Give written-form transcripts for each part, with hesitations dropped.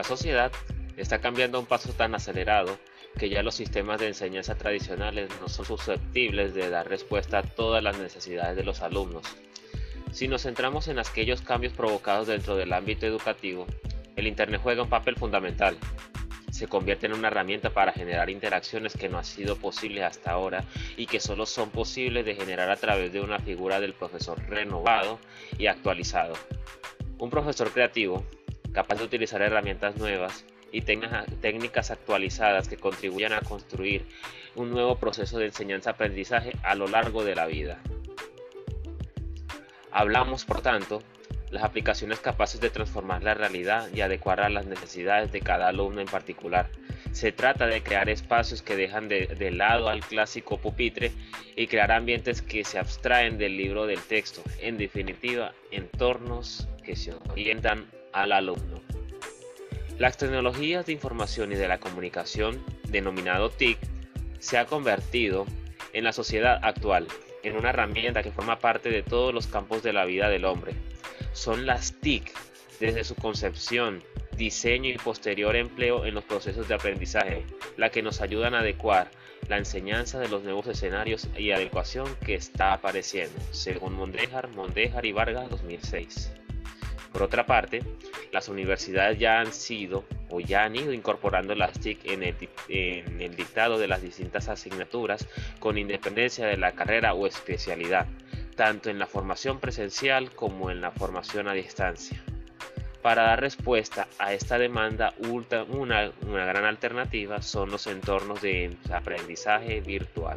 La sociedad está cambiando a un paso tan acelerado que ya los sistemas de enseñanza tradicionales no son susceptibles de dar respuesta a todas las necesidades de los alumnos. Si nos centramos en aquellos cambios provocados dentro del ámbito educativo, el Internet juega un papel fundamental. Se convierte en una herramienta para generar interacciones que no han sido posibles hasta ahora y que solo son posibles de generar a través de una figura del profesor renovado y actualizado. Un profesor creativo, capaz de utilizar herramientas nuevas y técnicas actualizadas que contribuyan a construir un nuevo proceso de enseñanza-aprendizaje a lo largo de la vida. Hablamos, por tanto, las aplicaciones capaces de transformar la realidad y adecuarla a las necesidades de cada alumno en particular. Se trata de crear espacios que dejan de lado al clásico pupitre y crear ambientes que se abstraen del libro del texto, en definitiva, entornos que se orientan al alumno. Las tecnologías de información y de la comunicación, denominado TIC, se ha convertido en la sociedad actual en una herramienta que forma parte de todos los campos de la vida del hombre. Son las TIC, desde su concepción, diseño y posterior empleo en los procesos de aprendizaje, la que nos ayudan a adecuar la enseñanza de los nuevos escenarios y adecuación que está apareciendo, según Mondejar y Vargas 2006. Por otra parte, las universidades ya han ido incorporando las TIC en el dictado de las distintas asignaturas con independencia de la carrera o especialidad, tanto en la formación presencial como en la formación a distancia. Para dar respuesta a esta demanda, una gran alternativa son los entornos de aprendizaje virtual.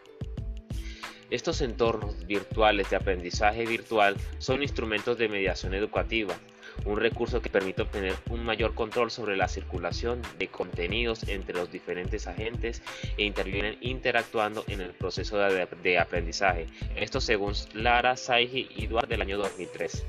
Estos entornos virtuales de aprendizaje virtual son instrumentos de mediación educativa, un recurso que permite obtener un mayor control sobre la circulación de contenidos entre los diferentes agentes e intervienen interactuando en el proceso de aprendizaje. Esto según Lara, Saigi y Duarte del año 2003.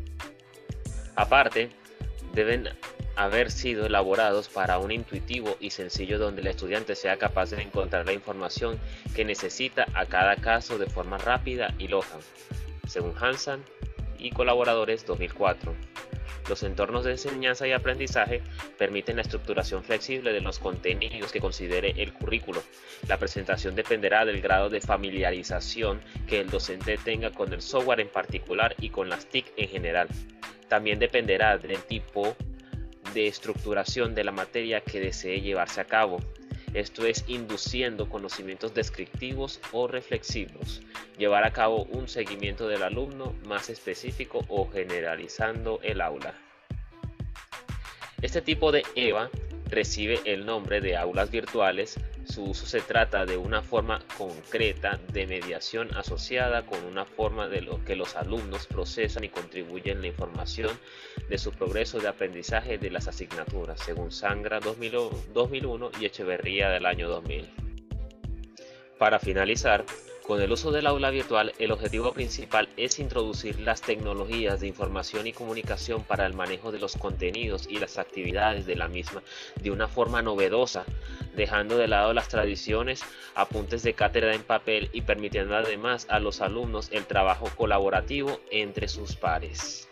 Aparte, deben haber sido elaborados para un intuitivo y sencillo donde el estudiante sea capaz de encontrar la información que necesita a cada caso de forma rápida y lógica, según Hansen y colaboradores 2004. Los entornos de enseñanza y aprendizaje permiten la estructuración flexible de los contenidos que considere el currículo. La presentación dependerá del grado de familiarización que el docente tenga con el software en particular y con las TIC en general. También dependerá del tipo de estructuración de la materia que desee llevarse a cabo. Esto es induciendo conocimientos descriptivos o reflexivos, llevar a cabo un seguimiento del alumno más específico o generalizando el aula. Este tipo de EVA recibe el nombre de aulas virtuales. Su uso se trata de una forma concreta de mediación asociada con una forma de lo que los alumnos procesan y contribuyen la información de su progreso de aprendizaje de las asignaturas, según Sangra 2001 y Echeverría del año 2000. Para finalizar, con el uso del aula virtual, el objetivo principal es introducir las tecnologías de información y comunicación para el manejo de los contenidos y las actividades de la misma de una forma novedosa, dejando de lado las tradiciones, apuntes de cátedra en papel y permitiendo además a los alumnos el trabajo colaborativo entre sus pares.